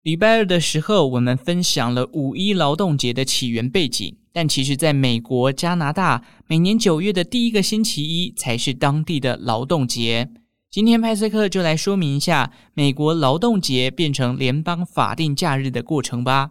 礼拜二的时候，我们分享了5·1劳动节的起源背景，但其实在美国、加拿大，每年9月的第一个星期一才是当地的劳动节。今天派翠克就来说明一下美国劳动节变成联邦法定假日的过程吧。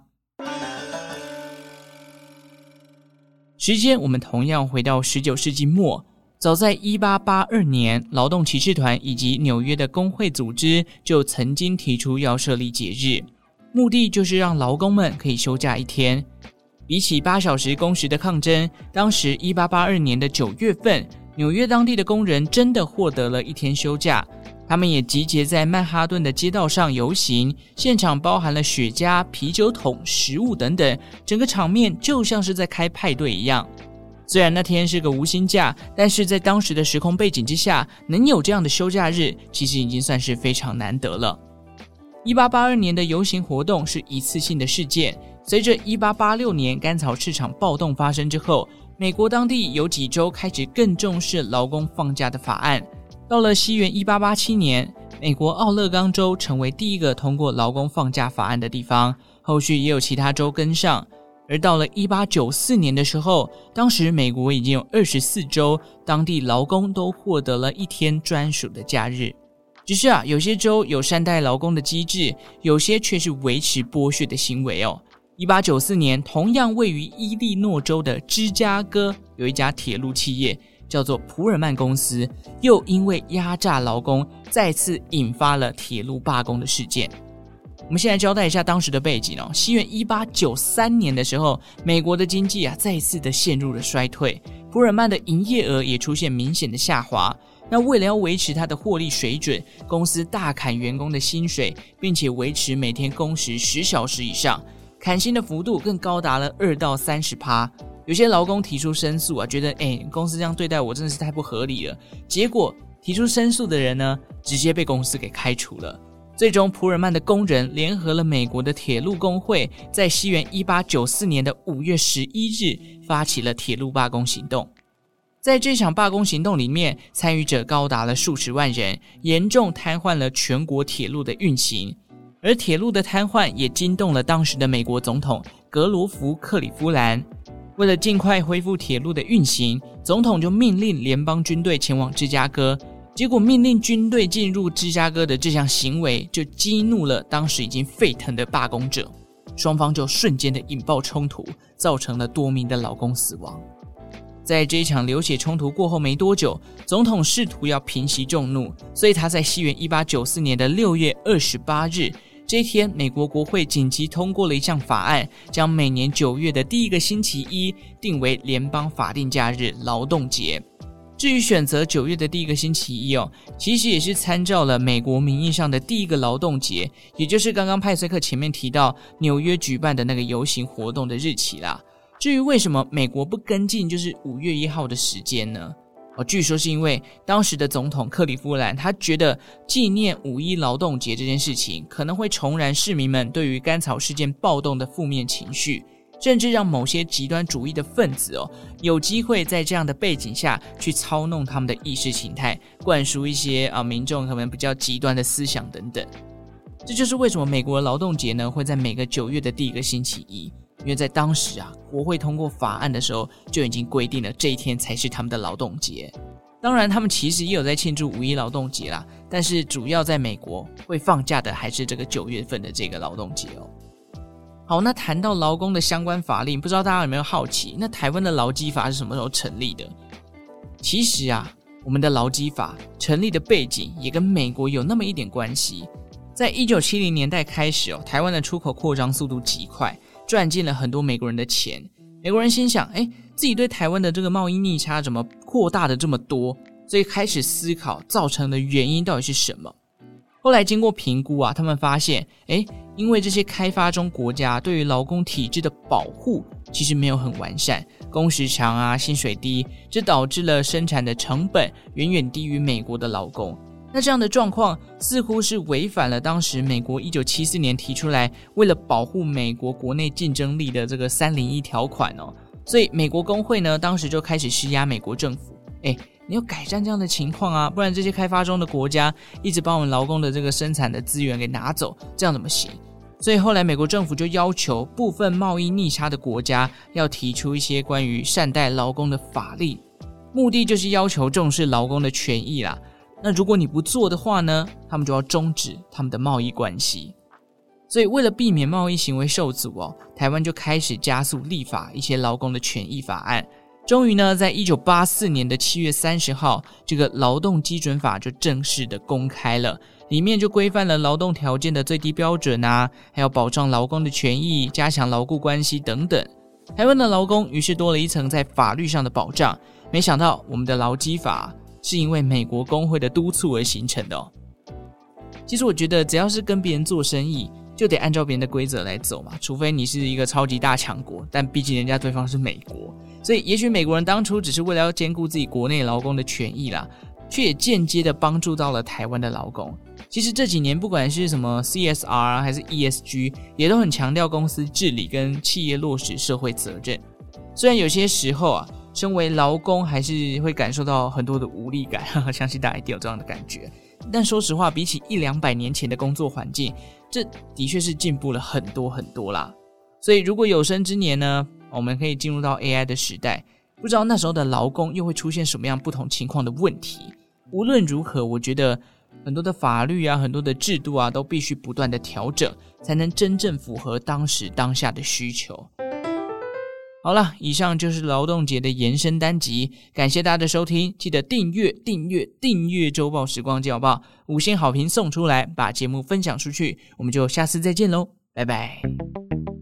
时间我们同样回到19世纪末，早在1882年，劳动骑士团以及纽约的工会组织就曾经提出要设立节日，目的就是让劳工们可以休假一天。比起8小时工时的抗争，当时1882年的9月份，纽约当地的工人真的获得了一天休假，他们也集结在曼哈顿的街道上游行，现场包含了雪茄、啤酒桶、食物等等，整个场面就像是在开派对一样。虽然那天是个无薪假，但是在当时的时空背景之下，能有这样的休假日，其实已经算是非常难得了。1882年的游行活动是一次性的事件，随着1886年甘草市场暴动发生之后，美国当地有几州开始更重视劳工放假的法案。到了西元1887年，美国奥勒冈州成为第一个通过劳工放假法案的地方，后续也有其他州跟上。而到了1894年的时候，当时美国已经有24州当地劳工都获得了一天专属的假日。只是有些州有善待劳工的机制，有些却是维持剥削的行为哦。1894年，同样位于伊利诺州的芝加哥有一家铁路企业叫做普尔曼公司，又因为压榨劳工，再次引发了铁路罢工的事件。我们先来交代一下当时的背景哦。西元1893年的时候，美国的经济再次的陷入了衰退，普尔曼的营业额也出现明显的下滑。那为了要维持它的获利水准，公司大砍员工的薪水，并且维持每天工时10小时以上，砍薪的幅度更高达了2到30%。有些劳工提出申诉觉得公司这样对待我真的是太不合理了。结果提出申诉的人呢，直接被公司给开除了。最终普尔曼的工人联合了美国的铁路工会，在西元1894年的5月11日发起了铁路罢工行动。在这场罢工行动里面，参与者高达了数十万人，严重瘫痪了全国铁路的运行。而铁路的瘫痪也惊动了当时的美国总统格罗弗克里夫兰。为了尽快恢复铁路的运行，总统就命令联邦军队前往芝加哥。结果命令军队进入芝加哥的这项行为，就激怒了当时已经沸腾的罢工者，双方就瞬间的引爆冲突，造成了多名的劳工死亡。在这一场流血冲突过后没多久，总统试图要平息众怒，所以他在西元1894年的6月28日这一天，美国国会紧急通过了一项法案，将每年9月的第一个星期一定为联邦法定假日劳动节。至于选择9月的第一个星期一其实也是参照了美国名义上的第一个劳动节，也就是刚刚派翠克前面提到纽约举办的那个游行活动的日期啦。至于为什么美国不跟进就是5月1号的时间呢？据说是因为当时的总统克里夫兰他觉得纪念5·1劳动节这件事情可能会重燃市民们对于甘草事件暴动的负面情绪，甚至让某些极端主义的分子有机会在这样的背景下去操弄他们的意识形态，灌输一些民众可能比较极端的思想等等。这就是为什么美国的劳动节呢会在每个9月的第一个星期一，因为在当时国会通过法案的时候就已经规定了这一天才是他们的劳动节。当然他们其实也有在庆祝5·1劳动节啦，但是主要在美国会放假的还是这个9月份的这个劳动节好，那谈到劳工的相关法令，不知道大家有没有好奇，那台湾的劳基法是什么时候成立的？其实我们的劳基法成立的背景也跟美国有那么一点关系。在1970年代开始台湾的出口扩张速度极快，赚进了很多美国人的钱。美国人心想自己对台湾的这个贸易逆差怎么扩大的这么多，所以开始思考造成的原因到底是什么。后来经过评估他们发现因为这些开发中国家对于劳工体制的保护其实没有很完善，工时长薪水低，这导致了生产的成本远远低于美国的劳工。那这样的状况似乎是违反了当时美国1974年提出来为了保护美国国内竞争力的这个301条款所以美国工会呢当时就开始施压美国政府你要改善这样的情况不然这些开发中的国家一直把我们劳工的这个生产的资源给拿走，这样怎么行？ 所以后来美国政府就要求部分贸易逆差的国家要提出一些关于善待劳工的法令，目的就是要求重视劳工的权益啦。那如果你不做的话呢，他们就要终止他们的贸易关系。所以为了避免贸易行为受阻台湾就开始加速立法一些劳工的权益法案。终于呢，在1984年的7月30号，这个劳动基准法就正式的公开了，里面就规范了劳动条件的最低标准啊，还有保障劳工的权益，加强劳雇关系等等。台湾的劳工于是多了一层在法律上的保障。没想到我们的劳基法是因为美国工会的督促而形成的其实我觉得只要是跟别人做生意，就得按照别人的规则来走嘛，除非你是一个超级大强国，但毕竟人家对方是美国，所以也许美国人当初只是为了要兼顾自己国内劳工的权益啦，却也间接的帮助到了台湾的劳工。其实这几年不管是什么 CSR 还是 ESG， 也都很强调公司治理跟企业落实社会责任。虽然有些时候身为劳工还是会感受到很多的无力感，相信大家一定有这样的感觉。但说实话，比起100-200年前的工作环境，这的确是进步了很多很多啦。所以如果有生之年呢，我们可以进入到 AI 的时代，不知道那时候的劳工又会出现什么样不同情况的问题。无论如何，我觉得很多的法律很多的制度都必须不断的调整，才能真正符合当时当下的需求。好了，以上就是劳动节的延伸单集，感谢大家的收听，记得订阅周报时光简报，5星好评送出来，把节目分享出去，我们就下次再见咯，拜拜。